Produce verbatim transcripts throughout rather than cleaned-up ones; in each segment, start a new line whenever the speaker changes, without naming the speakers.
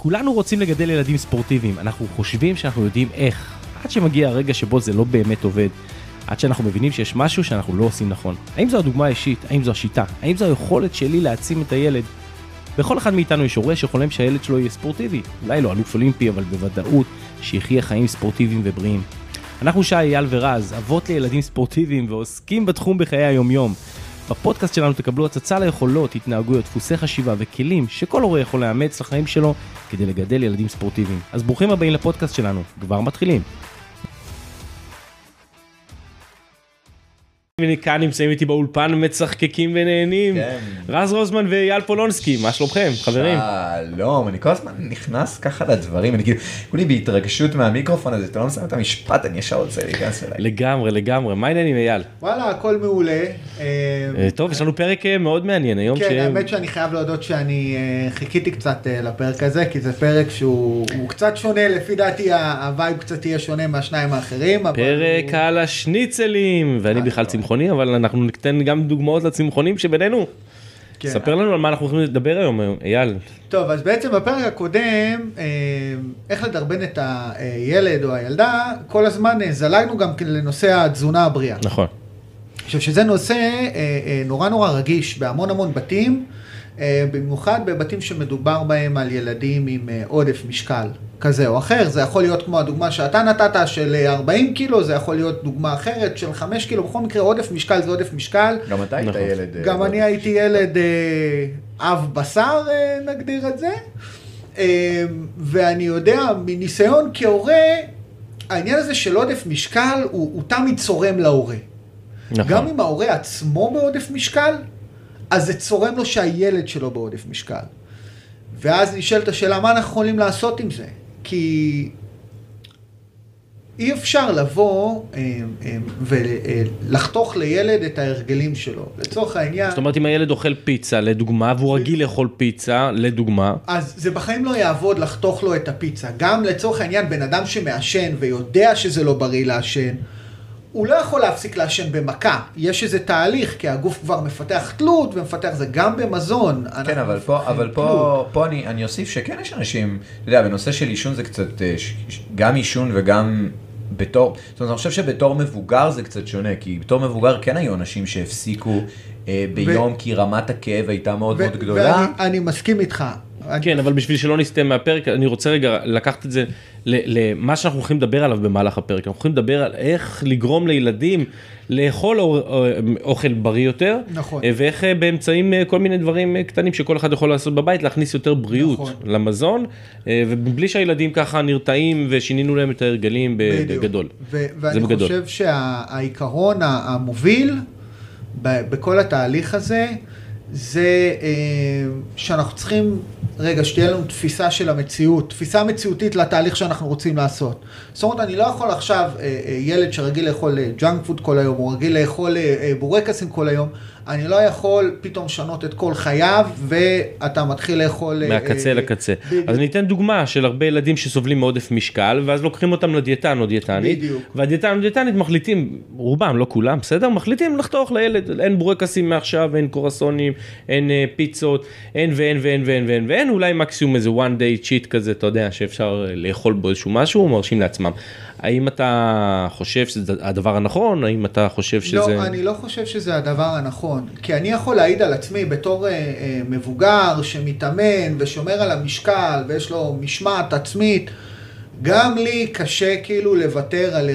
כולנו רוצים לגדל ילדים ספורטיביים, אנחנו חושבים שאנחנו יודעים איך, עד שמגיע הרגע שבו זה לא באמת עובד, עד שאנחנו מבינים שיש משהו שאנחנו לא עושים נכון. האם זו הדוגמה האישית? האם זו השיטה? האם זו היכולת שלי להעצים את הילד? בכל אחד מאיתנו יש הורה שחולם שהילד שלו יהיה ספורטיבי, אולי לא אלוף אולימפי, אבל בוודאות שיחיה חיים ספורטיביים ובריאים. אנחנו שי, אייל ורז, אבות לילדים ספורטיביים ועוסקים בתחום בחיי היום-יום. בפודקאסט שלנו תקבלו הצצה ליכולות, התנהגויות, דפוסי חשיבה וכלים שכל הורה יכול לאמץ לחיים שלו כדי לגדל ילדים ספורטיביים. אז ברוכים הבאים לפודקאסט שלנו, כבר מתחילים. וכאן נמצאים איתי באולפן, מצחקקים ונהנים. כן. רז רוזמן ואייל פולונסקי, מה שלומכם, חברים?
שלום, אני כל הזמן נכנס ככה לדברים, אני כאילו, כולי בהתרגשות מהמיקרופון הזה, אתה לא מסיים את המשפט, אני ישר רוצה להיכנס אליי.
לגמרי, לגמרי. מה העניינים, אייל?
וואלה, הכל מעולה.
טוב, יש לנו פרק מאוד מעניין היום.
כן, האמת שאני חייב להודות שאני חיכיתי קצת לפרק הזה, כי זה פרק שהוא קצת שונה, לפי דעתי הווייב קצת יהיה שונה מהשניים האחרים.
פרק על השניצלים, ואני בכלל צמחוני, אבל אנחנו ניתן גם דוגמאות לצמחונים שבינינו. כן. ספר לנו על מה אנחנו יכולים לדבר היום, אייל.
טוב, אז בעצם בפרק הקודם, איך לדרבן את הילד או הילדה, כל הזמן זלגנו גם לנושא התזונה הבריאה.
נכון.
אני חושב שזה נושא נורא נורא רגיש בהמון המון בתים, במיוחד בבתים שמדובר בהם על ילדים עם עודף משקל כזה או אחר. זה יכול להיות כמו הדוגמה שאתה נתת של ארבעים קילו, זה יכול להיות דוגמה אחרת של חמש קילו, בכל מקרה עודף משקל זה עודף משקל.
גם אתה היית ילד.
גם אני הייתי ילד אב בשר, נגדיר את זה. ואני יודע מניסיון כהורה, העניין הזה של עודף משקל הוא, הוא תמיד צורם להורה. נכון. גם אם ההורה עצמו בעודף משקל, אז זה צורם לו שהילד שלו בעודף משקל. ואז נשאלת השאלה, מה אנחנו יכולים לעשות עם זה? כי אי אפשר לבוא ולחתוך לילד את ההרגלים שלו. לצורך העניין...
זאת אומרת, אם הילד אוכל פיצה, לדוגמה, והוא רגיל לאכול פיצה, לדוגמה...
אז זה בחיים לא יעבוד לחתוך לו את הפיצה. גם לצורך העניין, בן אדם שמעשן ויודע שזה לא בריא לעשן, הוא לא יכול להפסיק לעשן במכה. יש איזה תהליך, כי הגוף כבר מפתח תלות, ומפתח זה גם במזון.
כן, אבל פה, אבל פה, פה אני, אני אוסיף שכן יש אנשים, אתה יודע, בנושא של עישון זה קצת, גם עישון וגם בתור, זאת אומרת, אני חושב שבתור מבוגר זה קצת שונה, כי בתור מבוגר כן היו אנשים שהפסיקו אה, ביום, ו... כי רמת הכאב הייתה מאוד ו... מאוד גדולה.
ואני אני מסכים איתך.
כן, אבל בשביל שלא נסתם מהפרק, אני רוצה רגע לקחת את זה למה שאנחנו הולכים לדבר עליו במהלך הפרק. אנחנו הולכים לדבר על איך לגרום לילדים לאכול אוכל בריא יותר,
נכון.
ואיך באמצעים כל מיני דברים קטנים שכל אחד יכול לעשות בבית, להכניס יותר בריאות נכון. למזון, ובלי שהילדים ככה נרתעים ושינינו להם את ההרגלים בגדול.
ו- ואני בגדול. חושב שהעיקרון המוביל בכל התהליך הזה, זה שאנחנו צריכים, רגע, שתהיה לנו תפיסה של המציאות, תפיסה מציאותית לתהליך שאנחנו רוצים לעשות. זאת אומרת, אני לא יכול עכשיו, ילד שרגיל לאכול ג'אנק פוד כל היום, או רגיל לאכול בורקסים כל היום, אני לא יכול פתאום לשנות את כל חייו, ואתה מתחיל לאכול...
מהקצה לקצה. אז אני אתן דוגמה של הרבה ילדים שסובלים מעודף משקל, ואז לוקחים אותם לדיאטן או דיאטנית, והדיאטן או דיאטנית מחליטים, רובם, לא כולם, בסדר? מחליטים לחתוך לילד, אין בורקסים מעכשיו, אין קורסונים, אין פיצות, אין ואין ואין ואין ואין ואין, אולי מקסימום איזה one day cheat כזה, אתה יודע, שאפשר לאכול בו איזשהו משהו, מרשים לעצמם. האם אתה חושב שזה הדבר הנכון? האם אתה חושב שזה...
לא, אני לא חושב שזה הדבר הנכון. כי אני יכול להעיד על עצמי בתור אה, אה, מבוגר שמתאמן ושומר על המשקל ויש לו משמעת עצמית, גם לי קשה כאילו לוותר על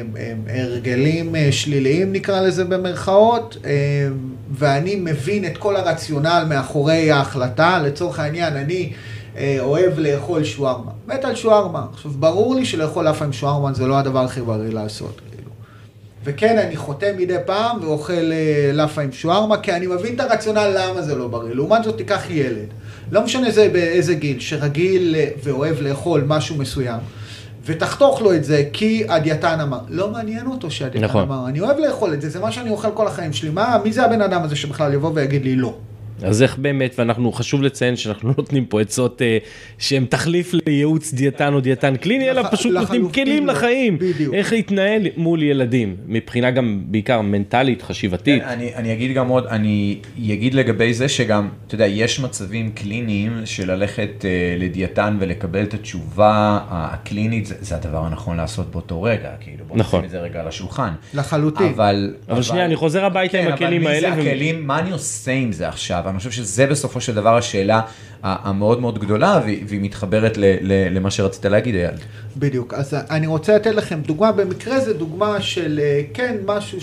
הרגלים שליליים, נקרא לזה במרכאות, ואני מבין את כל הרציונל מאחורי ההחלטה. לצורך העניין, אני אוהב לאכול שוארמה. מת על שוארמה. עכשיו, ברור לי שלאכול אף פעם שוארמה זה לא הדבר הכי בריא לעשות. כאילו. וכן, אני חותם מדי פעם ואוכל לאפה עם שוארמה, כי אני מבין את הרציונל למה זה לא בריא. לעומת זאת, תיקח ילד. לא משנה זה באיזה גיל, שרגיל ואוהב לאכול משהו מסוים. ותחתוך לו את זה, כי הדיאטן אמר. לא מעניין אותו שהדיאטן
נכון.
אמר. אני אוהב לאכול את זה, זה מה שאני אוכל כל החיים שלי. מה, מי זה הבן אדם הזה שבכלל יבוא ויגיד לי לא?
אז איך באמת, ואנחנו חשוב לציין שאנחנו לא נותנים פה עצות אה, שהם תחליף לייעוץ דיאטן או דיאטן קליני, אלא פשוט נותנים כלים לחיים, איך להתנהל מול ילדים, מבחינה גם בעיקר מנטלית, חשיבתית.
אני, אני אגיד גם עוד, אני אגיד לגבי זה שגם, אתה יודע, יש מצבים קליניים של ללכת אה, לדיאטן ולקבל את התשובה הקלינית, זה, זה הדבר הנכון לעשות באותו רגע, כאילו בוא
נכון.
נשים את זה רגע על השולחן.
לחלוטין.
אבל,
אבל,
אבל
שנייה, אני חוזר הביתה עם הכלים האלה.
אבל מי זה הכלים, מה אני עושה עם זה עכשיו? אני חושב שזה בסופו של דבר השאלה המאוד מאוד גדולה, והיא מתחברת ל, ל, למה שרצית להגיד, אייל.
בדיוק, אז אני רוצה לתת לכם דוגמה, במקרה זה דוגמה של, כן, משהו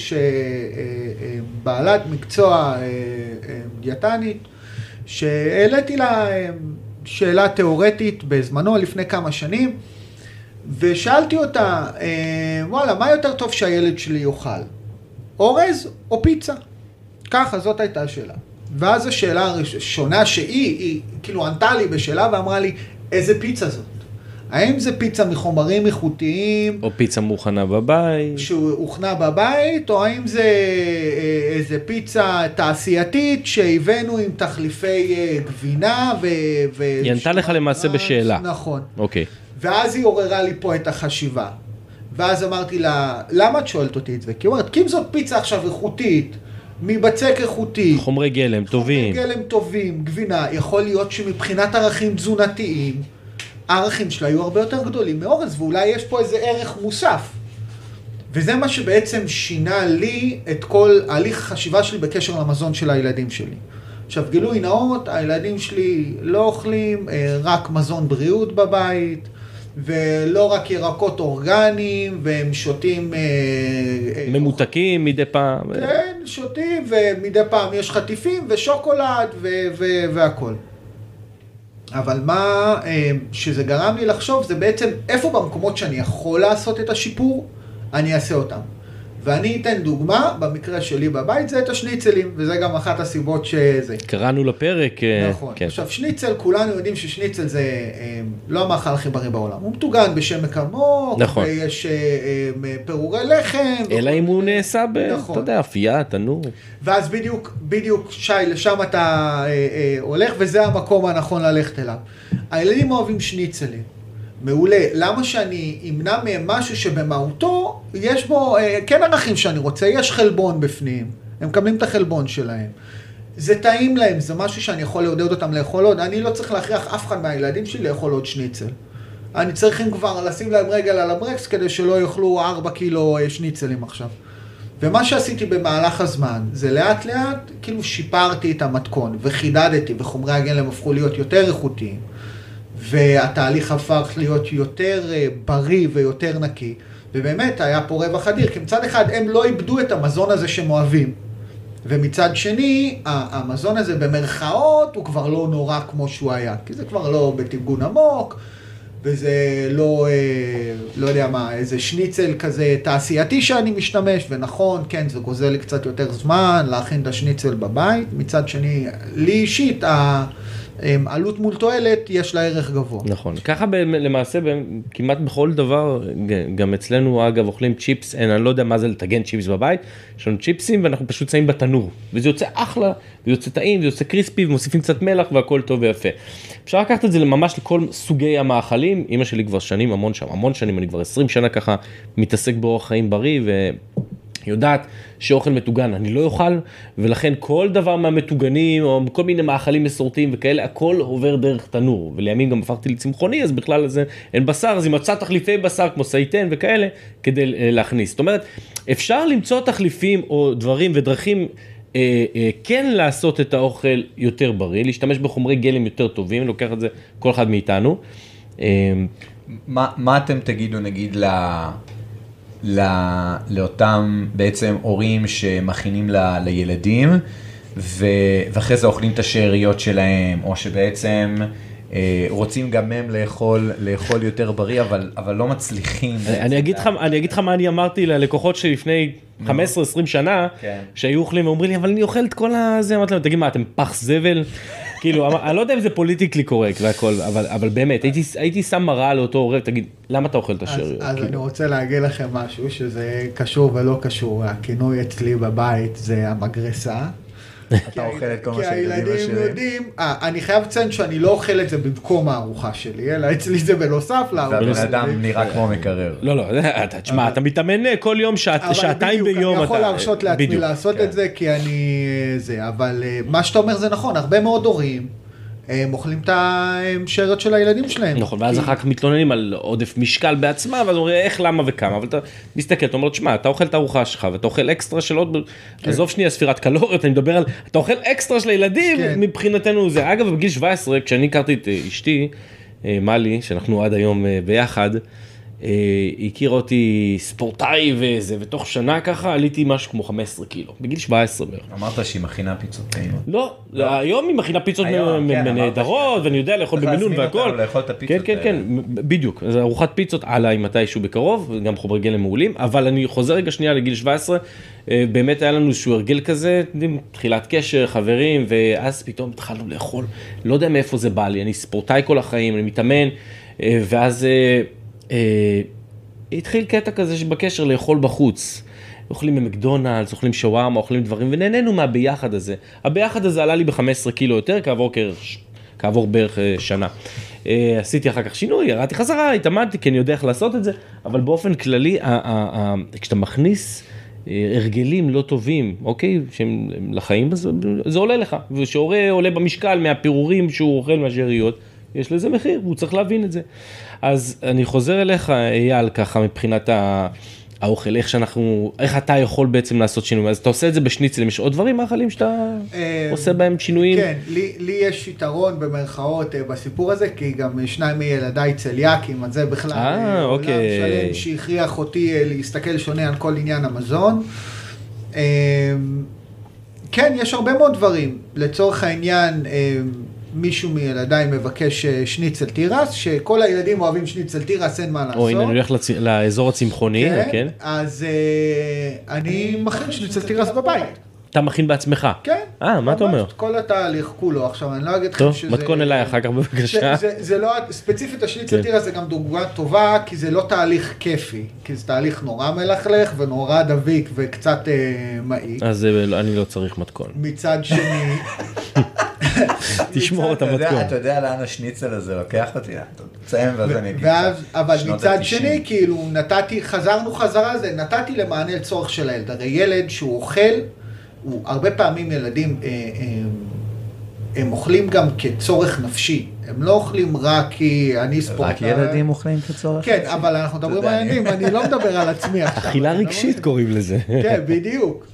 שבעלת מקצוע דיאטנית, שהעליתי לה שאלה תיאורטית בזמנו לפני כמה שנים, ושאלתי אותה, וואלה, מה יותר טוב שהילד שלי יאכל? אורז או פיצה? ככה, זאת הייתה השאלה. ואז השאלה הראשונה שהיא, היא כאילו ענתה לי בשאלה ואמרה לי, איזה פיצה זאת? האם זה פיצה מחומרים איכותיים?
או פיצה מוכנה בבית?
שהוכנה בבית, או האם זה איזה פיצה תעשייתית שהבאנו עם תחליפי גבינה ו...
היא ענתה לך למעשה בשאלה.
נכון.
אוקיי.
ואז היא עוררה לי פה את החשיבה. ואז אמרתי לה, למה את שואלת אותי את זה? כי היא אומרת, כי אם זאת פיצה עכשיו איכותית, מבצק איכותי,
חומרי גלם טובים,
חומרי גלם טובים, גבינה, יכול להיות שמבחינת ערכים תזונתיים, הערכים שלה היו הרבה יותר גדולים מאורז, ואולי יש פה איזה ערך מוסף. וזה מה שבעצם שינה לי את כל הליך החשיבה שלי בקשר למזון של הילדים שלי. עכשיו, גילוי נאות, הילדים שלי לא אוכלים רק מזון בריאות בבית, ולא רק ירקות אורגניים, והם שותים...
ממותקים מדי פעם.
כן, שותים, ומדי פעם יש חטיפים ושוקולד ו- ו- והכל. אבל מה שזה גרם לי לחשוב, זה בעצם איפה במקומות שאני יכול לעשות את השיפור, אני אעשה אותם. ואני אתן דוגמה, במקרה שלי בבית, זה את השניצלים, וזה גם אחת הסיבות שזה.
קראנו לפרק.
נכון.
כן.
עכשיו, שניצל, כולנו יודעים ששניצל זה לא המאכל הכי בריא בעולם. הוא מתוגן בשמק עמוק,
נכון.
ויש פירורי לחם.
אלא אם הוא נעשה ב...
נכון.
אתה יודע, אפייה, תנור.
ואז בדיוק, בדיוק, שי, לשם אתה הולך, וזה המקום הנכון ללכת אליו. הילדים אוהבים שניצלים. מעולה. למה שאני אמנע מהם משהו שבמהותו יש בו, כן ערכים שאני רוצה, יש חלבון בפנים, הם מקבלים את החלבון שלהם. זה טעים להם, זה משהו שאני יכול לעודד אותם לאכול עוד, אני לא צריך להכריח אף אחד מהילדים שלי לאכול עוד שניצל. אני צריכים כבר לשים להם רגל על הברקס כדי שלא יאכלו ארבע קילו שניצלים עכשיו. ומה שעשיתי במהלך הזמן, זה לאט לאט, כאילו שיפרתי את המתכון וחידדתי, וחומרי הגלם הפכו להיות יותר איכותיים. והתהליך הפך להיות יותר בריא ויותר נקי, ובאמת היה פה רווח אדיר, כי מצד אחד הם לא איבדו את המזון הזה שהם אוהבים, ומצד שני, המזון הזה במרכאות הוא כבר לא נורא כמו שהוא היה, כי זה כבר לא בתרגון עמוק, וזה לא, לא יודע מה, איזה שניצל כזה תעשייתי שאני משתמש, ונכון, כן, זה גוזל לי קצת יותר זמן להכין את השניצל בבית, מצד שני, לי אישית, עלות מול תועלת, יש לה ערך גבוה.
נכון. ככה למעשה, כמעט בכל דבר, גם אצלנו, אגב, אוכלים צ'יפס, אני לא יודע מה זה לטגן צ'יפס בבית, יש לנו צ'יפסים ואנחנו פשוט שמים בתנור, וזה יוצא אחלה, זה יוצא טעים, זה יוצא קריספי, ומוסיפים קצת מלח והכל טוב ויפה. אפשר לקחת את זה ממש לכל סוגי המאכלים, אמא שלי כבר שנים, המון שם, המון שנים, אני כבר עשרים שנה ככה מתעסק באורח חיים בריא, ו... יודעת שאוכל מטוגן אני לא אוכל, ולכן כל דבר מהמטוגנים, או כל מיני מאכלים מסורתיים וכאלה, הכל עובר דרך תנור, ולימים גם הפכתי לצמחוני, אז בכלל הזה אין בשר, אז היא מצאה תחליפי בשר כמו סייטן וכאלה, כדי להכניס. זאת אומרת, אפשר למצוא תחליפים או דברים ודרכים, אה, אה, כן לעשות את האוכל יותר בריא, להשתמש בחומרי גלם יותר טובים, לוקח את זה כל אחד מאיתנו. אה,
מה, מה אתם תגידו נגיד ל... לאותם בעצם הורים שמכינים ל, לילדים, ו, ואחרי זה אוכלים את השאריות שלהם, או שבעצם אה, רוצים גם הם לאכול, לאכול יותר בריא, אבל, אבל לא מצליחים.
אני אגיד לך, אני אגיד לך מה אני אמרתי ללקוחות שלי לפני חמש עשרה עשרים שנה, כן. שהיו אוכלים ואומרים לי, אבל אני אוכל את כל הזה, אמרתי להם, תגיד מה, אתם פח זבל? כאילו, אני לא יודע אם זה פוליטיקלי קורקט והכל, אבל, אבל באמת, הייתי, הייתי שם מראה לאותו עורב, תגיד, למה אתה אוכל את השאריות?
אז, אז
כאילו.
אני רוצה להגיד לכם משהו שזה קשור ולא קשור. הכינוי אצלי בבית זה המגרסה,
אתה אוכל את כל מה
כי
שהילדים
הילדים
משאירים.
יודעים, אה, אני חייב לציין שאני לא אוכל את זה במקום הארוחה שלי, אלא אצלי זה בנוסף לארוחה
והבן
שלי.
אדם נראה כמו מקרר.
לא, לא, אתה, תשמע, אתה מתאמן כל יום, שעתיים ביום.
אני יכול להרשות לעצמי לעשות את זה, כי אני זה, אבל מה שאתה אומר זה נכון, הרבה מאוד הורים, הם אוכלים את השרת של הילדים שלהם.
נכון, ואז אחר כך מתלוננים על עודף משקל בעצמה, ואז אומרים איך, למה וכמה, אבל אתה מסתכל, אתה אומר, תשמע, אתה אוכל את הארוחה שלך, ואתה אוכל אקסטרה של עוד, עזוב שנייה ספירת קלוריות, אני מדבר על, אתה אוכל אקסטרה של הילדים, מבחינתנו זה, אגב, בגיל שבע עשרה, כשאני הכרתי את אשתי, מלי, שאנחנו עד היום ביחד, היא הכירה אותי ספורטאי וזה, ותוך שנה ככה עליתי משהו כמו חמש עשרה קילו, בגיל שבע עשרה בערך.
אמרת שהיא מכינה פיצות טעימות.
לא, היום היא מכינה פיצות נהדרות, ואני יודע לאכול במינון והכל.
לאכול את הפיצות.
כן, כן, כן, בדיוק. אז ארוחת פיצות עליי מתישהו בקרוב, גם חומרי גלם מעולים, אבל אני חוזר רגע שנייה לגיל שבע עשרה, באמת היה לנו איזשהו הרגל כזה, תחילת קשר, חברים, ואז פתאום התחלנו לאכול, לא יודע מאיפה זה בא לי, אני ספורטאי כל החיים, אני מתאמן, ואז התחיל קטע כזה שבקשר לאכול בחוץ. אוכלים במקדונלדס, אוכלים שווארמה, אוכלים דברים, ונהנינו מהביחד הזה. הביחד הזה עלה לי ב-חמש עשרה קילו יותר, כעבור, כעבור בערך שנה. עשיתי אחר כך שינוי, ירדתי חזרה, התאמנתי, כי אני יודע איך לעשות את זה, אבל באופן כללי, כשאתה מכניס הרגלים לא טובים, אוקיי, שהם לחיים, זה עולה לך. ושהורה עולה במשקל מהפירורים שהוא אוכל מהשאריות, יש לזה מחיר, הוא צריך להבין את זה. אז אני חוזר אליך, אייל, ככה מבחינת האוכל, איך שאנחנו, איך אתה יכול בעצם לעשות שינוי. אז אתה עושה את זה בשניצלים, יש עוד דברים מאכלים שאתה עושה בהם שינויים?
כן, לי, לי יש יתרון במרכאות בסיפור הזה, כי גם שניים מילדיי צליאקים, אז זה בכלל עולם שלם שהכריח אותי להסתכל שונה על כל עניין המזון. כן, יש הרבה מאוד דברים. לצורך העניין, מישהו מילדיי מבקש שניצל תירס, שכל הילדים אוהבים שניצל תירס, אין מה לעשות.
או, הנה, אני הולך לצ... לאזור הצמחוני,
כן,
כן?
אז uh, אני מכין שניצל תירס בבית.
אתה מכין בעצמך?
כן.
אה, מה אתה אומר?
כל התהליך כולו, עכשיו אני לא אגיד
לכם
שזה...
טוב, מתכון אליי אחר כך בבקשה.
זה, זה, זה לא, ספציפית השניצל תירס זה גם דוגמה טובה, כי זה לא תהליך כיפי, כי זה תהליך נורא מלכלך ונורא דביק וקצת uh, מעיק.
אז אני לא צריך מתכון.
מצד שני...
תשמור את המתכון.
אתה יודע לאן השניצל הזה לוקח אותי? תציין ואז אני אגיד.
אבל מצד שני, כאילו, נתתי, חזרנו חזרה זה, נתתי למענה לצורך של הילד. הרי ילד שהוא אוכל, הוא הרבה פעמים ילדים, הם אוכלים גם כצורך נפשי. הם לא אוכלים רק כי אני ספורטאי.
רק ילדים אוכלים כצורך?
כן, אבל אנחנו מדברים על ילדים, אני לא מדבר על עצמי עכשיו.
אכילה רגשית קוראים לזה.
כן, בדיוק.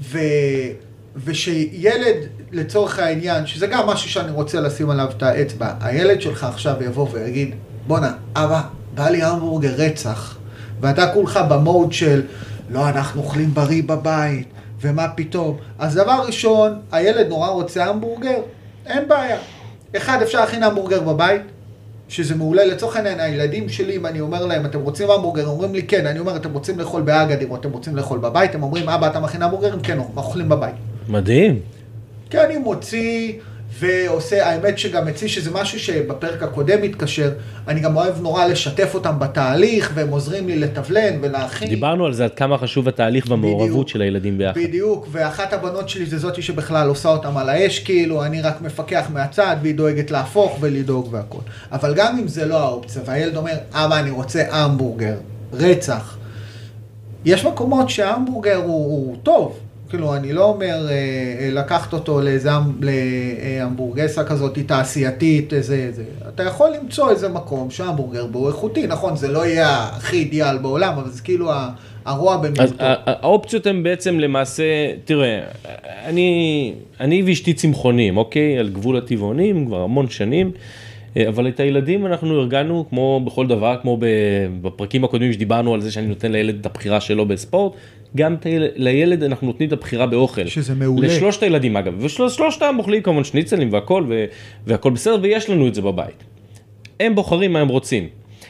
ושילד, לצורך העניין, שזה גם משהו שאני רוצה לשים עליו את האצבע, הילד שלך עכשיו יבוא ויגיד, בונה, אבא, בא לי המבורגר רצח, ואתה כולך במוד של, לא, אנחנו אוכלים בריא בבית, ומה פתאום. אז דבר ראשון, הילד נורא רוצה המבורגר, אין בעיה. אחד, אפשר להכין המבורגר בבית, שזה מעולה. לצורך העניין, הילדים שלי, אם אני אומר להם, אתם רוצים המבורגר? הם אומרים לי, כן. אני אומר, אתם רוצים לאכול באגדים, או אתם רוצים לאכול בבית? הם אומרים, אבא, אתה מכין המבורגר? כן, אנחנו אוכלים בבית.
מדהים.
כן, אני מוציא ועושה, האמת שגם אצלי שזה משהו שבפרק הקודם מתקשר, אני גם אוהב נורא לשתף אותם בתהליך, והם עוזרים לי לתבלן ולהכין.
דיברנו על זה, עד כמה חשוב התהליך והמעורבות של הילדים ביחד.
בדיוק, ואחת הבנות שלי זה זאתי שבכלל עושה אותם על האש, כאילו, אני רק מפקח מהצד, והיא דואגת להפוך ולדאוג והכל. אבל גם אם זה לא האופציה, והילד אומר, אבא, אני רוצה המבורגר, רצח. יש מקומות שההמבורגר הוא, הוא טוב. כאילו, אני לא אומר אה, לקחת אותו לאיזה המבורגסה כזאת תעשייתית, איזה, איזה. אתה יכול למצוא איזה מקום שההמבורגר בו איכותי, נכון, זה לא יהיה הכי אידיאל בעולם, אבל זה כאילו הרוע במיוחד.
אז האופציות הן בעצם למעשה, תראה, אני, אני ואשתי צמחונים, אוקיי? על גבול הטבעונים, כבר המון שנים, אבל את הילדים אנחנו ארגנו, כמו בכל דבר, כמו בפרקים הקודמים שדיברנו על זה שאני נותן לילד את הבחירה שלו בספורט, גם לילד אנחנו נותנים את הבחירה באוכל.
שזה מעולה.
לשלושת הילדים אגב, ושלושתם אוכלים כמובן שניצלים והכל, והכל בסדר, ויש לנו את זה בבית. הם בוחרים מה הם רוצים.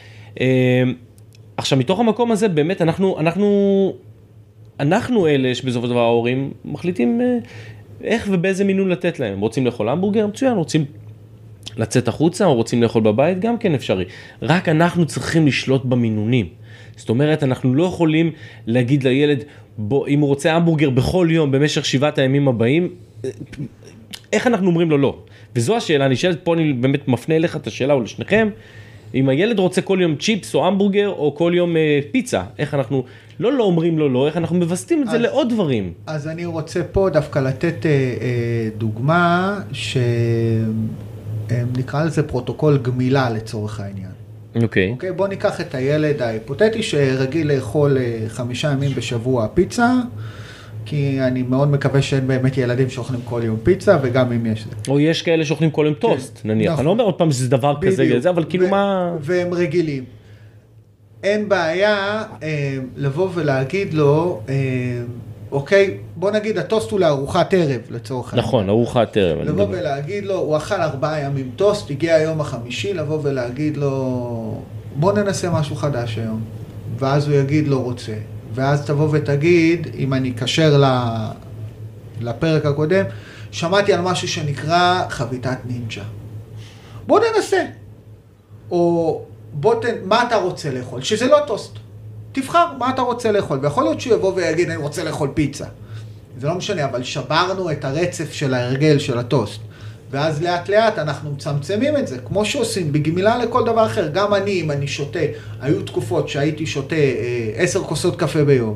עכשיו, מתוך המקום הזה, באמת, אנחנו, אנחנו, אנחנו אלה שבסופו של דבר ההורים מחליטים איך ובאיזה מינון לתת להם. רוצים לאכול המבורגר? מצוין, רוצים לצאת החוצה או רוצים לאכול בבית? גם כן אפשרי. רק אנחנו צריכים לשלוט במינונים. זאת אומרת, אנחנו לא יכולים להגיד לילד, בוא, אם הוא רוצה המבורגר בכל יום במשך שבעת הימים הבאים, איך אנחנו אומרים לו לא? וזו השאלה, אני שואלת פה, אני באמת מפנה אליך את השאלה או לשניכם, אם הילד רוצה כל יום צ'יפס או המבורגר או כל יום אה, פיצה, איך אנחנו לא לא אומרים לו לא, איך אנחנו מבסטים את זה
אז,
לעוד דברים.
אז אני רוצה פה דווקא לתת אה, אה, דוגמה שנקרא לזה פרוטוקול גמילה לצורך העניין.
אוקיי.
אוקיי, בוא ניקח את הילד ההיפותטי שרגיל לאכול אה, חמישה ימים בשבוע פיצה, כי אני מאוד מקווה שאין באמת ילדים שאוכלים כל יום פיצה, וגם אם יש זה.
או יש כאלה שאוכלים כל יום טוסט, נניח.
נכון.
אני לא אומר עוד פעם שזה דבר כזה, אבל כאילו מה...
והם רגילים. אין בעיה אה, לבוא ולהגיד לו, אה, אוקיי, בוא נגיד, הטוסט הוא לארוחת ערב, לצורך העניין.
נכון, ארוחת ערב.
לבוא ולהגיד לו, הוא אכל ארבעה ימים טוסט, הגיע היום החמישי, לבוא ולהגיד לו, בוא ננסה משהו חדש היום. ואז הוא יגיד לא רוצה. ואז תבוא ותגיד, אם אני קשר לפרק הקודם, שמעתי על משהו שנקרא חביתת נינג'ה. בוא ננסה. או בוא תן, מה אתה רוצה לאכול? שזה לא טוסט. תבחר מה אתה רוצה לאכול. ויכול להיות שהוא יבוא ויגיד, אני רוצה לאכול פיצה. זה לא משנה, אבל שברנו את הרצף של ההרגל של הטוסט. ואז לאט לאט אנחנו מצמצמים את זה, כמו שעושים בגמילה לכל דבר אחר. גם אני, אם אני שותה, היו תקופות שהייתי שותה אה, עשר כוסות קפה ביום,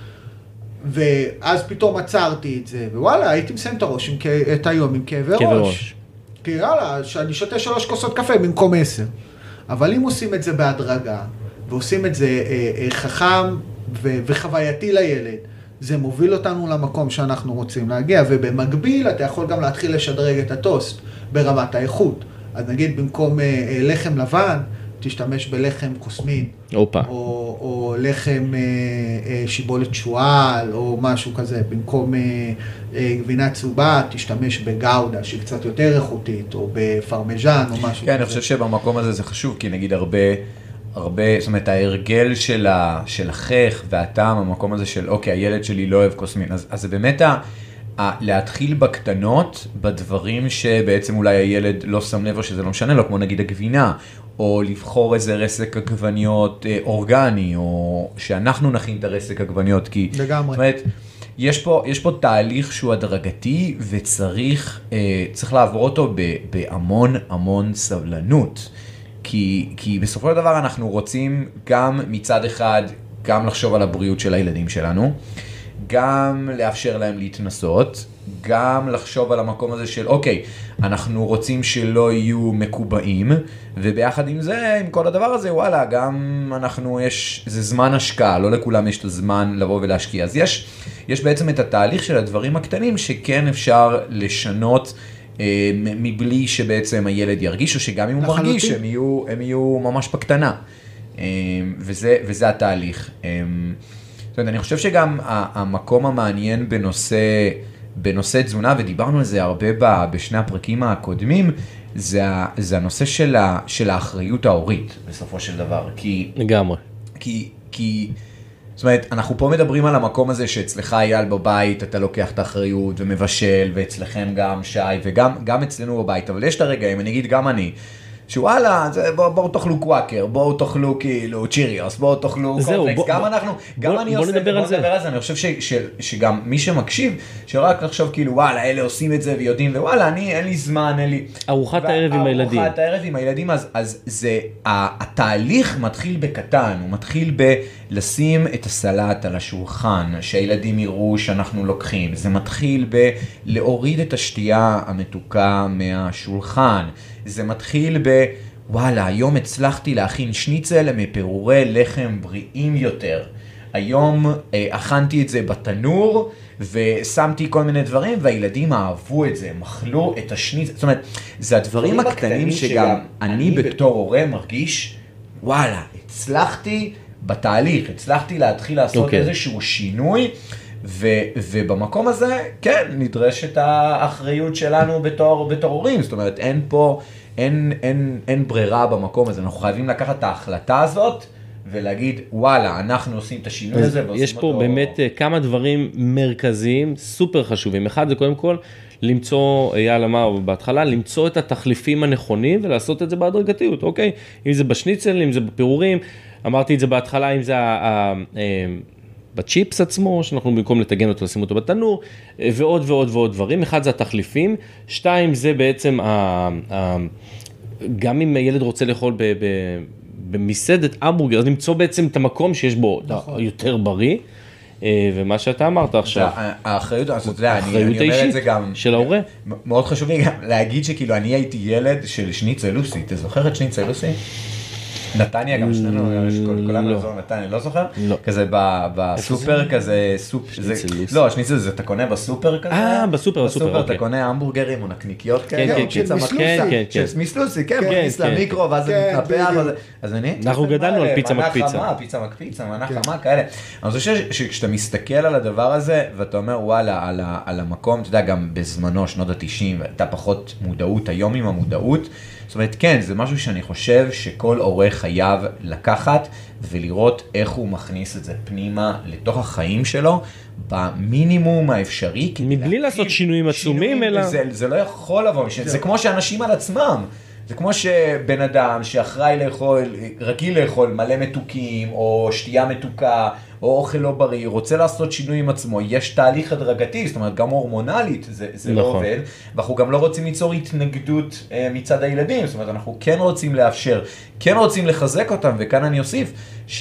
ואז פתאום עצרתי את זה, ווואלה, הייתי מסיים את הראש, עם, את היום עם כאבי ראש. ראש. כי יאללה, שאני שותה שלוש כוסות קפה במקום עשר. אבל אם עושים את זה בהדרגה, ועושים את זה אה, אה, חכם ו- וחווייתי לילד, זה מוביל אותנו למקום שאנחנו רוצים להגיע, ובמקביל אתה יכול גם להתחיל לשדרג את הטוסט ברמת האיכות. אז נגיד במקום אה, לחם לבן, תשתמש בלחם קוסמין.
אופה.
או, או לחם אה, אה, שיבולת שועל, או משהו כזה. במקום אה, אה, גבינה צהובה, תשתמש בגאודה, שהיא קצת יותר איכותית, או בפרמז'ן, או משהו
כן, כזה. כן, אני חושב שבמקום הזה זה חשוב, כי נגיד הרבה... הרבה, זאת אומרת, ההרגל של, ה, של החך והטעם, המקום הזה של, אוקיי, הילד שלי לא אוהב קוסמין. אז, אז זה באמת ה, ה, להתחיל בקטנות, בדברים שבעצם אולי הילד לא שם לב או שזה לא משנה לו, כמו נגיד הגבינה, או לבחור איזה רסק עגבניות אה, אורגני, או שאנחנו נכין את הרסק עגבניות, כי...
לגמרי.
זאת אומרת, יש פה, יש פה תהליך שהוא הדרגתי, וצריך אה, צריך לעבור אותו ב, בהמון המון סבלנות. כי, כי בסופו של דבר אנחנו רוצים גם מצד אחד, גם לחשוב על הבריאות של הילדים שלנו, גם לאפשר להם להתנסות, גם לחשוב על המקום הזה של, אוקיי, אנחנו רוצים שלא יהיו מקובעים, וביחד עם זה, עם כל הדבר הזה, וואלה, גם אנחנו, יש, זה זמן השקעה, לא לכולם יש את הזמן לבוא ולהשקיע. אז יש, יש בעצם את התהליך של הדברים הקטנים, שכן אפשר לשנות, מבלי שבעצם הילד ירגיש, או שגם אם הוא מרגיש, הם יהיו, הם יהיו ממש בקטנה. וזה, וזה התהליך. זאת אומרת, אני חושב שגם המקום המעניין בנושא, בנושא תזונה, ודיברנו על זה הרבה בשני הפרקים הקודמים, זה, זה הנושא של, ה, של האחריות ההורית, בסופו של דבר. כי,
לגמרי.
כי, כי, זאת אומרת, אנחנו פה מדברים על המקום הזה שאצלך אייל בבית, אתה לוקח את האחריות ומבשל, ואצלכם גם שי, וגם גם אצלנו בבית, אבל יש את הרגעים, אני אגיד גם אני, שוואלה, בואו בוא תאכלו קוואקר, בואו תאכלו כאילו צ'יריוס, בואו תאכלו קורנפלקס, גם אנחנו, גם
בוא,
אני
בוא
עושה,
נדבר
בוא
על זה.
נדבר על זה, אני חושב ש, ש, שגם מי שמקשיב, שרק לחשוב כאילו, וואלה, אלה עושים את זה ויודעים, ווואלה, אני, אין לי זמן, אין לי...
ארוחת הערב עם הילדים.
ארוחת הערב עם הילדים, אז, אז זה, התהליך מתחיל בקטן, הוא מתחיל בלשים את הסלט על השולחן, שהילדים יראו שאנחנו לוקחים, זה מתחיל בלהוריד את השתייה המתוקה מהשולחן, זה מתחיל ב... וואלה, היום הצלחתי להכין שניצל מפירורי לחם בריאים יותר. היום אה, הכנתי את זה בתנור, ושמתי כל מיני דברים, והילדים אהבו את זה, הם אכלו את השניצל. זאת אומרת, זה הדברים הקטנים שגם אני בתור הורה מרגיש, וואלה, הצלחתי בתהליך, הצלחתי להתחיל לעשות okay. איזשהו שינוי, ו- ובמקום הזה, כן, נדרשת האחריות שלנו בתור, בתור הורים. זאת אומרת, אין פה... אין, אין, אין ברירה במקום הזה, אנחנו חייבים לקחת את ההחלטה הזאת, ולהגיד, וואלה, אנחנו עושים את השינוי הזה,
יש פה אותו... באמת כמה דברים מרכזיים, סופר חשובים. אחד זה קודם כל, למצוא, אייל אמר בהתחלה, למצוא את התחליפים הנכונים, ולעשות את זה בהדרגתיות, אוקיי? אם זה בשניצל, אם זה בפירורים, אמרתי את זה בהתחלה, אם זה בצ'יפס עצמו, שאנחנו במקום לתגן אותו, לשים אותו בתנור, ועוד ועוד ועוד דברים. אחד זה התחליפים, שתיים זה בעצם, ה, ה, גם אם הילד רוצה לאכול ב, ב, במסעדת המבורגר, אז למצוא בעצם את המקום שיש בו נכון. יותר בריא, ומה שאתה אמרת עכשיו.
האחריות, אז אתה יודע, אני אומר את זה גם,
של ההורה.
מאוד חשוב לי גם להגיד שכאילו אני הייתי ילד של שניצל לוסי, אתה זוכר את שניצל לוסי? נתניה, גם שנינו, כולנו אזור נתניה, לא זוכר?
לא.
כזה בסופר, כזה סופ... לא, שניצל זה אתה קונה בסופר כזה.
אה, בסופר, בסופר,
בסופר אתה קונה המבורגרים או נקניקיות כאלה.
כן, כן, כן.
של סמיסלוסי, כן, מכניס למיקרו, ואז זה מתנפח. אז אני...
אנחנו גדלנו על פיצה מקפיצה.
מנה חמה, פיצה מקפיצה, מנה חמה, כאלה. אני חושב שכשאתה מסתכל על הדבר הזה, ואתה אומר, וואלה, על המקום, אתה יודע, גם בזמנו, שנות ה-תשעים, הייתה פחות מודעות, היום עם המודעות. זאת אומרת, כן, זה משהו שאני חושב שכל הורה חייב לקחת ולראות איך הוא מכניס את זה פנימה לתוך החיים שלו, במינימום האפשרי.
מבלי לעשות שינויים עצומים, אלא...
זה, זה לא יכול לבוא, זה, זה כמו שאנשים על עצמם. זה כמו שבן אדם שאחראי לאכול, רגיל לאכול מלא מתוקים, או שתייה מתוקה, או אוכל לא בריא, רוצה לעשות שינוי עם עצמו, יש תהליך הדרגתי, זאת אומרת, גם הורמונלית, זה, זה נכון. לא עובד, ואנחנו גם לא רוצים ליצור התנגדות אה, מצד הילדים, זאת אומרת, אנחנו כן רוצים לאפשר, כן רוצים לחזק אותם, וכאן אני אוסיף,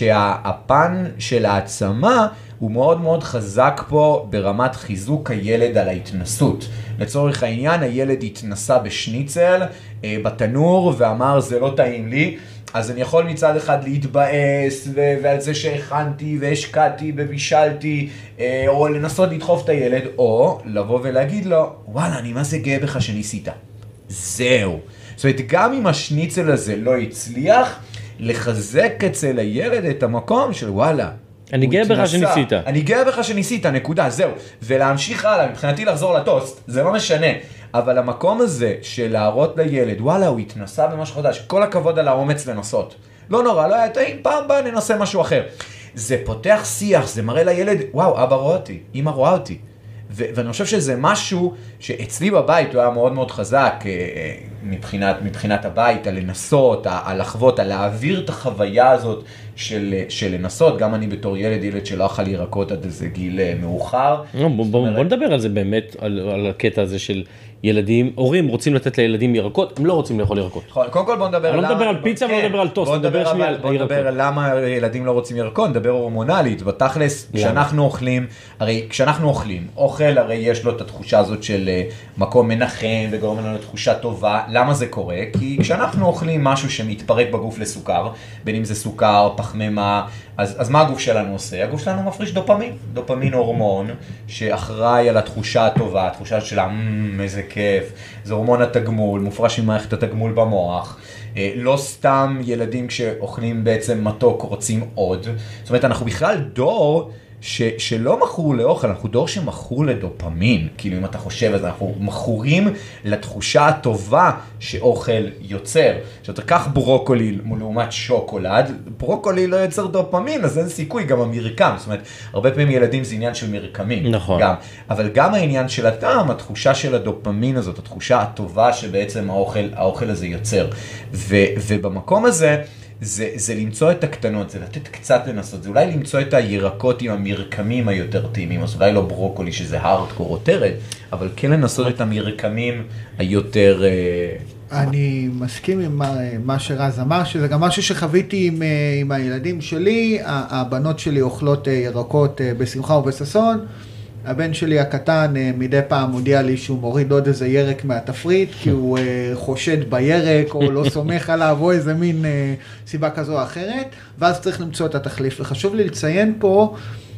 שהפן של העצמה, הוא מאוד מאוד חזק פה ברמת חיזוק הילד על ההתנסות. לצורך העניין, הילד התנסה בשניצל, אה, בתנור, ואמר, זה לא טעים לי, אז אני יכול מצד אחד להתבאס, ו- ועל זה שהכנתי והשקעתי ובישלתי, אה, או לנסות לדחוף את הילד, או לבוא ולהגיד לו, וואלה, אני מה זה גאה בך שניסית. זהו. זאת אומרת, גם אם השניצל הזה לא הצליח, לחזק אצל הילד את המקום של וואלה,
אני גאה בך שניסית.
אני גאה בך שניסית, נקודה, זהו. ולהמשיך הלאה, מבחינתי לחזור לטוסט, זה לא משנה. אבל המקום הזה של להראות לילד, וואלה, הוא התנסה במשהו חדש, כל הכבוד על האומץ לנסות. לא נורא, לא היה טעים, פעם באה ננסה משהו אחר. זה פותח שיח, זה מראה לילד, וואו, אבא רואה אותי, אמא רואה אותי. ו- ואני חושב שזה משהו שאצלי בבית הוא היה מאוד מאוד חזק מבחינת, מבחינת הבית, על לנסות, על לחוות, על להעביר את החוויה הזאת של, של לנסות. גם אני בתור ילד, ילד שלא אכל ירקות עד איזה גיל מאוחר.
בוא, בוא, אומרת... בוא נדבר על זה באמת, על, על הקטע הזה של ילדים, הורים רוצים לתת לילדים ירקות, הם לא רוצים לאכול ירקות.
קודם כל בוא נדבר...
אני לא מדבר על פיצה, בוא נדבר על טוסט, נדבר שנייה על ירקות.
בוא נדבר על למה ילדים לא רוצים ירקות, נדבר הורמונלית, בתכלס, כשאנחנו אוכלים, הרי כשאנחנו אוכלים, אוכל הרי יש לו את התחושה הזאת של מקום מנחם וגורם לנו לתחושה טובה. למה זה קורה? כי כשאנחנו אוכלים משהו שמתפרק בגוף לסוכר, בין אם זה סוכר, פחמימה, אז, אז מה הגוף שלנו עושה? הגוף שלנו מפריש דופמין, דופמין הורמון שאחראי על התחושה הטובה, התחושה של אמ, איזה כיף, זה הורמון התגמול, מופרש ממערכת התגמול במוח. לא סתם ילדים כשאוכלים בעצם מתוק רוצים עוד, זאת אומרת אנחנו בכלל דור ש, שלא מכור לאוכל, אנחנו דור שמכור לדופמין, כאילו אם אתה חושב, אז אנחנו מכורים לתחושה הטובה שאוכל יוצר. שאתה קח ברוקולי לעומת שוקולד, ברוקולי לא יוצר דופמין, אז אין סיכוי, גם המרקם, זאת אומרת, הרבה פעמים ילדים זה עניין של מרקמים.
נכון.
גם, אבל גם העניין של הטעם, התחושה של הדופמין הזאת, התחושה הטובה שבעצם האוכל, האוכל הזה יוצר. ו, ובמקום הזה, זה, זה למצוא את הקטנות, זה לתת קצת לנסות, זה אולי למצוא את הירקות עם המרקמים היותר טעימים, אז אולי לא ברוקולי שזה הארדקור או טרד, אבל כן לנסות את המרקמים היותר...
אני מסכים עם מה, מה שרז אמר, שזה גם משהו שחוויתי עם, עם הילדים שלי, הבנות שלי אוכלות ירקות בשמחה ובששון, הבן שלי הקטן מדי פעם מודיע לי שהוא מוריד עוד איזה ירק מהתפריט, כי הוא חושד בירק או לא סומך עליו או איזה מין סיבה כזו או אחרת, ואז צריך למצוא את התחליף. וחשוב לי לציין פה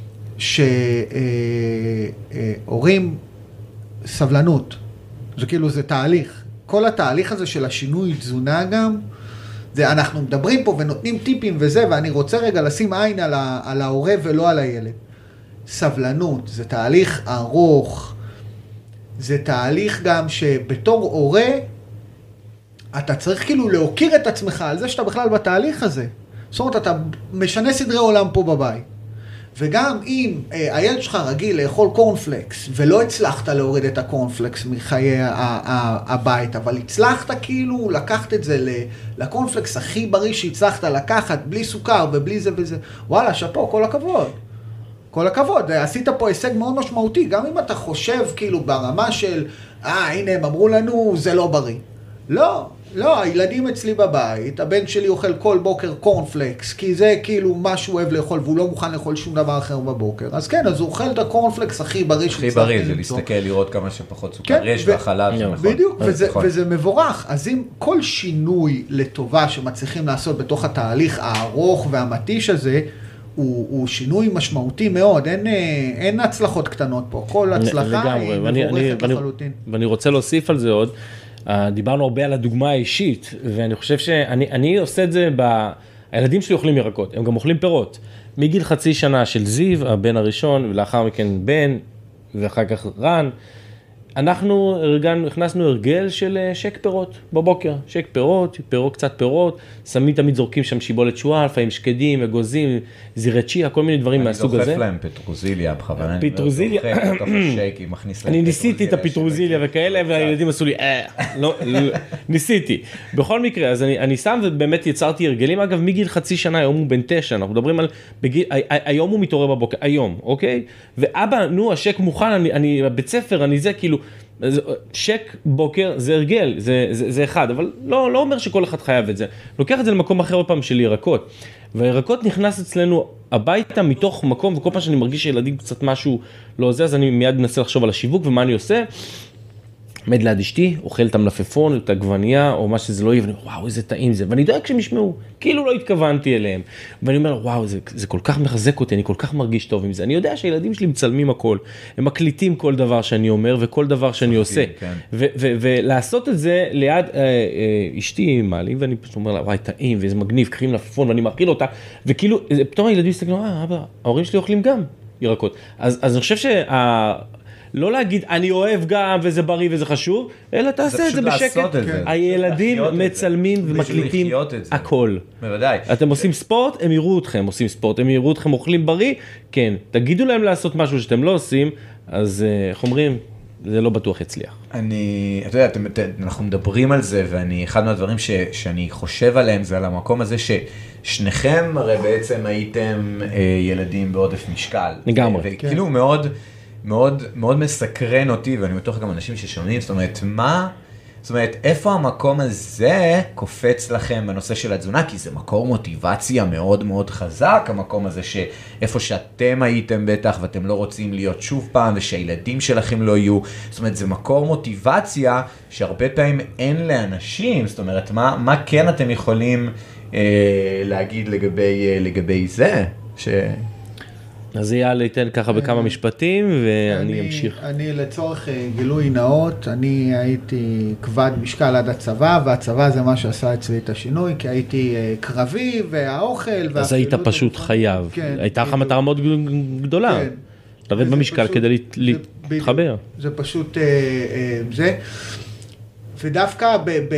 שהורים סבלנות, זה כאילו זה תהליך. כל התהליך הזה של השינוי תזונה גם, זה אנחנו מדברים פה ונותנים טיפים וזה, ואני רוצה רגע לשים עין על, ה, על ההורה ולא על הילד. סבלנות, זה תהליך ארוך, זה תהליך גם שבתור הורה, אתה צריך כאילו להוקיר את עצמך על זה שאתה בכלל בתהליך הזה. זאת אומרת, אתה משנה סדרי עולם פה בבית. וגם אם אה, הילד שלך רגיל לאכול קורנפלקס, ולא הצלחת להוריד את הקורנפלקס מחיי הבית, אבל הצלחת כאילו לקחת את זה לקורנפלקס הכי בריא שהצלחת לקחת, בלי סוכר ובלי זה וזה, וואלה, שפו, כל הכבוד. כל הכבוד, עשית פה הישג מאוד משמעותי, גם אם אתה חושב כאילו ברמה של, אה, הנה הם אמרו לנו, זה לא בריא. לא, לא, הילדים אצלי בבית, הבן שלי אוכל כל בוקר קורנפלקס, כי זה כאילו מה שהוא אוהב לאכול, והוא לא מוכן לאכול שום דבר אחר בבוקר. אז כן, אז הוא אוכל את הקורנפלקס הכי בריא.
הכי בריא, זה להסתכל, לראות כמה שפחות סוכר יש והחלב שנכון.
בדיוק, וזה מבורך. אז אם כל שינוי לטובה שמצליחים לעשות בתוך התהליך הארוך והמתיש הזה, הוא, הוא שינוי משמעותי מאוד, אין, אין הצלחות קטנות פה, כל הצלחה היא מבורכת לחלוטין.
ואני רוצה להוסיף על זה עוד, דיברנו הרבה על הדוגמה האישית, ואני חושב שאני אני עושה את זה, ב... הילדים שלי אוכלים ירקות, הם גם אוכלים פירות. מגיל חצי שנה של זיו, הבן הראשון, ולאחר מכן בן, ואחר כך רן, אנחנו ארגנו, הכנסנו הרגל של שק פירות בבוקר, שק פירות, פירות, קצת פירות, שמים תמיד זורקים שם שיבולת שואה, לפעמים שקדים, אגוזים, זירי צ'יה, כל מיני דברים מהסוג הזה.
אני דוחף להם פטרוזיליה בכוונה.
פטרוזיליה. אני ניסיתי את הפטרוזיליה וכאלה, והילדים עשו לי, אה, לא, ניסיתי. בכל מקרה, אז אני שם ובאמת יצרתי הרגלים, אגב, מגיל חצי שנה, היום הוא בן תשע, אנחנו מדברים על, היום הוא מתעורר בבוקר, היום, אוקיי? ואבא, נו, השק מוכן, אני בבית ספר, אני זה כאילו, שק בוקר זה הרגל, זה, זה, זה אחד, אבל לא, לא אומר שכל אחד חייב את זה. לוקח את זה למקום אחר פעם של ירקות. והירקות נכנס אצלנו הביתה מתוך מקום, וכל פעם שאני מרגיש שילדים קצת משהו לא זה, אז אני מיד מנסה לחשוב על השיווק ומה אני עושה. עמד ליד אשתי, אוכל את המלפפון, את הגווניה, או מה שזה לא יהיה, ואני אומר, וואו, איזה טעים זה, ואני דואג שהם ישמעו, כאילו לא התכוונתי אליהם, ואני אומר, וואו, זה, זה כל כך מחזק אותי, אני כל כך מרגיש טוב עם זה, אני יודע שהילדים שלי מצלמים הכל, הם מקליטים כל דבר שאני אומר, וכל דבר שאני עושה, כן. ו- ו- ולעשות את זה ליד אה, אה, אשתי מעלים, ואני פשוט אומר לה, וואי, טעים, וזה מגניב, קחים מלפפון, ואני מאכיל אותה, וכאילו, פתאום הילדים יסתכלו, אה, אבא, ההורים שלי אוכלים גם ירקות, אז, אז אני חושב שה... לא להגיד, אני אוהב גם וזה בריא וזה חשוב, אלא תעשה את זה בשקט. הילדים מצלמים ומקליטים הכל.
בוודאי.
אתם עושים ספורט, הם יראו אתכם עושים ספורט, הם יראו אתכם אוכלים בריא, כן. תגידו להם לעשות משהו שאתם לא עושים, אז איך אומרים, זה לא בטוח יצליח.
אני, אתה יודע, אנחנו מדברים על זה, ואני, אחד מהדברים שאני חושב עליהם, זה על המקום הזה ששניכם הרי בעצם הייתם ילדים בעודף משקל.
לגמרי.
וכאילו מאוד... מאוד, מאוד מסקרן אותי, ואני בטוח גם אנשים ששומעים, זאת אומרת, מה, זאת אומרת, איפה המקום הזה קופץ לכם בנושא של התזונה, כי זה מקור מוטיבציה מאוד מאוד חזק, המקום הזה שאיפה שאתם הייתם בטח, ואתם לא רוצים להיות שוב פעם, ושהילדים שלכם לא יהיו, זאת אומרת, זה מקור מוטיבציה, שהרבה פעמים אין לאנשים, זאת אומרת, מה, מה כן אתם יכולים אה, להגיד לגבי, אה, לגבי זה, ש...
אז יאללה ייתן ככה בכמה משפטים ואני אמשיך.
אני לצורך גילוי נאות, אני הייתי כבד משקל עד הצבא, והצבא זה מה שעשה אצלי את השינוי, כי הייתי קרבי והאוכל.
אז היית פשוט חייב. הייתה לך מטרה מאוד גדולה. לרד במשקל כדי להתחבר.
זה פשוט זה. ודווקא ב...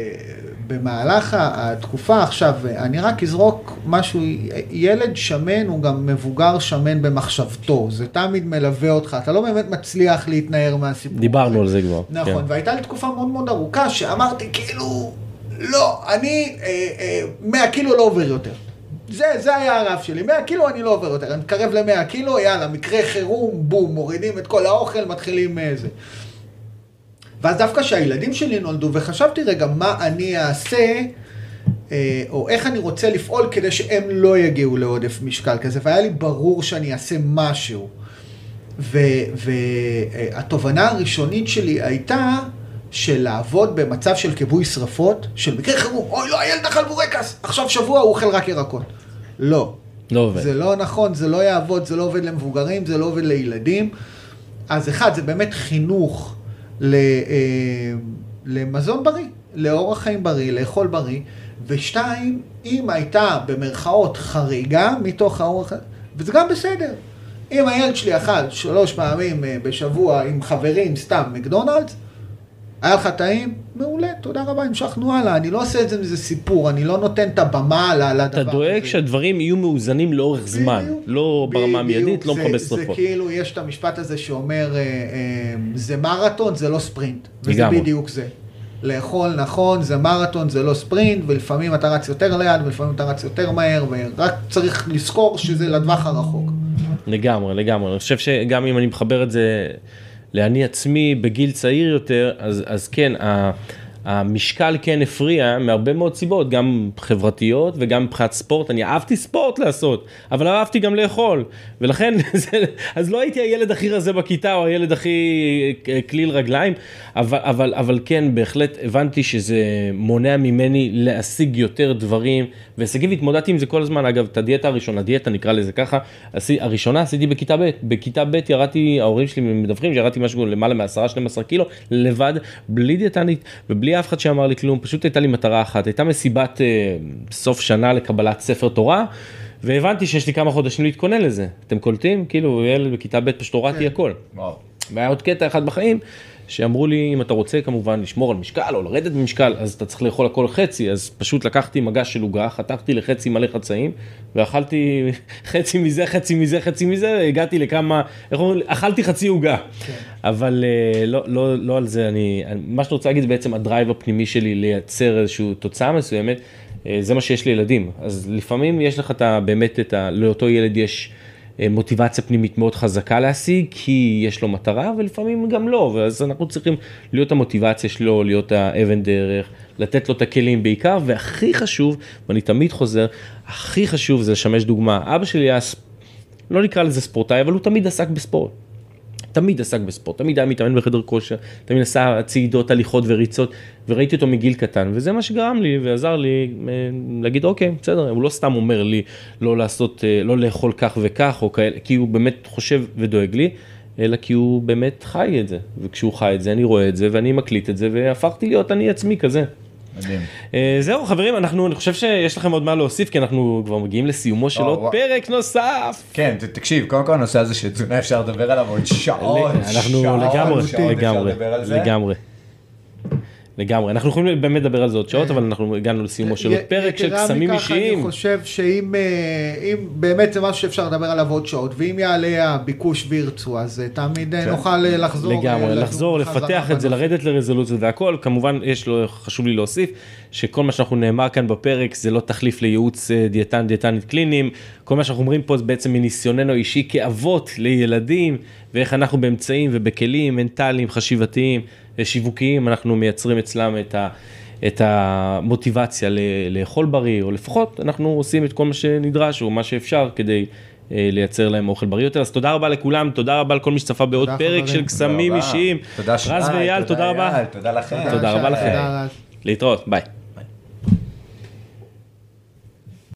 במהלך התקופה עכשיו, אני רק אזרוק משהו, ילד שמן הוא גם מבוגר שמן במחשבתו, זה תמיד מלווה אותך, אתה לא באמת מצליח להתנער מהסיפור.
דיברנו על זה כבר.
נכון, כן. והייתה לי תקופה מאוד מאוד ארוכה שאמרתי כאילו, לא, אני מאה קילו לא עובר יותר. זה, זה היה הרב שלי, מאה קילו אני לא עובר יותר, אני מתקרב ל-מאה קילו, יאללה, מקרה חירום, בום, מורידים את כל האוכל, מתחילים זה. ואז דווקא שהילדים שלי נולדו, וחשבתי רגע מה אני אעשה, או איך אני רוצה לפעול כדי שהם לא יגיעו לעודף משקל כזה, והיה לי ברור שאני אעשה משהו. והתובנה הראשונית שלי הייתה של לעבוד במצב של כיבוי שרפות, של מקרה חירום, אוי לא, הילד אכל בורקס, עכשיו שבוע הוא אוכל רק ירקות. לא.
לא עובד.
זה לא נכון, זה לא יעבוד, זה לא עובד למבוגרים, זה לא עובד לילדים. אז אחד, זה באמת חינוך, למזון בריא, לאורח חיים בריא, לאכול בריא, ושתיים, אם הייתה במרכאות חריגה מתוך האורח, וזה גם בסדר. אם הילד שלי אכל שלוש פעמים בשבוע עם חברים, סתם מקדונלדס, היה לך טעים? מעולה, תודה רבה, המשכנו הלאה. אני לא עושה את זה מזה סיפור, אני לא נותן את הבמה לדבר הזה.
אתה דואג שהדברים יהיו מאוזנים לאורך זמן, לא ברמה מיידית, לא מחפש שרפות.
זה כאילו, יש את המשפט הזה שאומר, זה מרתון, זה לא ספרינט. וזה בדיוק זה. לאכול נכון, זה מרתון, זה לא ספרינט, ולפעמים אתה רץ יותר ליד, ולפעמים אתה רץ יותר מהר, ורק צריך לזכור שזה לטווח הרחוק.
לגמרי, לגמרי. אני חושב שגם אם אני מחבר את זה לאני עצמי בגיל צעיר יותר, אז, אז כן, ה... המשקל כן הפריע מהרבה מאוד סיבות, גם חברתיות וגם מבחינת ספורט. אני אהבתי ספורט לעשות, אבל אהבתי גם לאכול, ולכן, אז לא הייתי הילד הכי רזה בכיתה, או הילד הכי כליל רגליים, אבל, אבל, אבל כן, בהחלט הבנתי שזה מונע ממני להשיג יותר דברים, והישגים והתמודדתי עם זה כל הזמן. אגב, את הדיאטה הראשונה, דיאטה נקרא לזה ככה, הראשונה עשיתי בכיתה ב', בכיתה ב' ירדתי, ההורים שלי מדווחים, שירדתי משהו למעלה מ-עשרה שנים עשר קילו, לבד, בלי דיאטנית, ובלי אף אחד שאמר לי כלום, פשוט הייתה לי מטרה אחת, הייתה מסיבת אה, סוף שנה לקבלת ספר תורה, והבנתי שיש לי כמה חודשים להתכונן לזה. אתם קולטים? כאילו, ילד בכיתה ב' פשוט הורדתי הכל.
וואו.
והיה עוד קטע אחד בחיים, שאמרו לי, אם אתה רוצה כמובן לשמור על משקל או לרדת במשקל, אז אתה צריך לאכול הכל חצי, אז פשוט לקחתי מגש של עוגה, חתכתי לחצי מלא חצאים, ואכלתי חצי מזה, חצי מזה, חצי מזה, הגעתי לכמה, איך אומרים, אכלתי חצי עוגה. כן. אבל לא, לא, לא על זה, אני, מה שאני רוצה להגיד, זה בעצם הדרייב הפנימי שלי לייצר איזושהי תוצאה מסוימת, זה מה שיש לילדים. אז לפעמים יש לך את, באמת את ה, לאותו ילד יש מוטיבציה פנימית מאוד חזקה להשיג, כי יש לו מטרה, ולפעמים גם לא, ואז אנחנו צריכים להיות המוטיבציה שלו, להיות האבן דרך, לתת לו את הכלים בעיקר, והכי חשוב, ואני תמיד חוזר, הכי חשוב זה לשמש דוגמה. אבא שלי היה, לא נקרא לזה ספורטאי, אבל הוא תמיד עסק בספורט. תמיד עסק בספורט, תמיד היה מתאמן בחדר כושר, תמיד עשה צעידות, הליכות וריצות, וראיתי אותו מגיל קטן, וזה מה שגרם לי ועזר לי להגיד, אוקיי, בסדר, הוא לא סתם אומר לי לא לעשות, לא לאכול כך וכך, או כאלה, כי הוא באמת חושב ודואג לי, אלא כי הוא באמת חי את זה, וכשהוא חי את זה, אני רואה את זה, ואני מקליט את זה, והפכתי להיות אני עצמי כזה.
מדהים.
זהו חברים, אנחנו, אני חושב שיש לכם עוד מה להוסיף, כי אנחנו כבר מגיעים לסיומו של עוד פרק נוסף.
כן, תקשיב, קודם כל הנושא הזה שתזונה אפשר לדבר עליו עוד שעות,
אנחנו לגמרי, לגמרי, לגמרי. לגמרי, אנחנו יכולים באמת לדבר על זה עוד שעות, אבל אנחנו הגענו לסיומו של עוד פרק של קסמים אישיים.
אני חושב שאם באמת זה משהו שאפשר לדבר עליו עוד שעות, ואם יעלה הביקוש וירצו, אז תמיד נוכל לחזור.
לגמרי, לחזור, לפתח את זה, לרדת לרזולוציות והכל. כמובן, יש לו, חשוב לי להוסיף, שכל מה שאנחנו נאמר כאן בפרק, זה לא תחליף לייעוץ דיאטן, דיאטנית קליניים. כל מה שאנחנו אומרים פה זה בעצם מניסיוננו אישי כאבות לילדים, ואיך אנחנו באמצעים ובכלים מנטליים, חשיבתיים, שיווקיים, אנחנו מייצרים אצלם את, ה, את המוטיבציה ל, לאכול בריא, או לפחות אנחנו עושים את כל מה שנדרש, או מה שאפשר כדי לייצר להם אוכל בריא יותר. אז תודה רבה לכולם, תודה רבה לכל מי שצפה בעוד פרק של קסמים אישיים.
תודה שי,
רז ואייל, תודה רבה.
תודה לכם.
תודה רבה לכם. להתראות, ביי.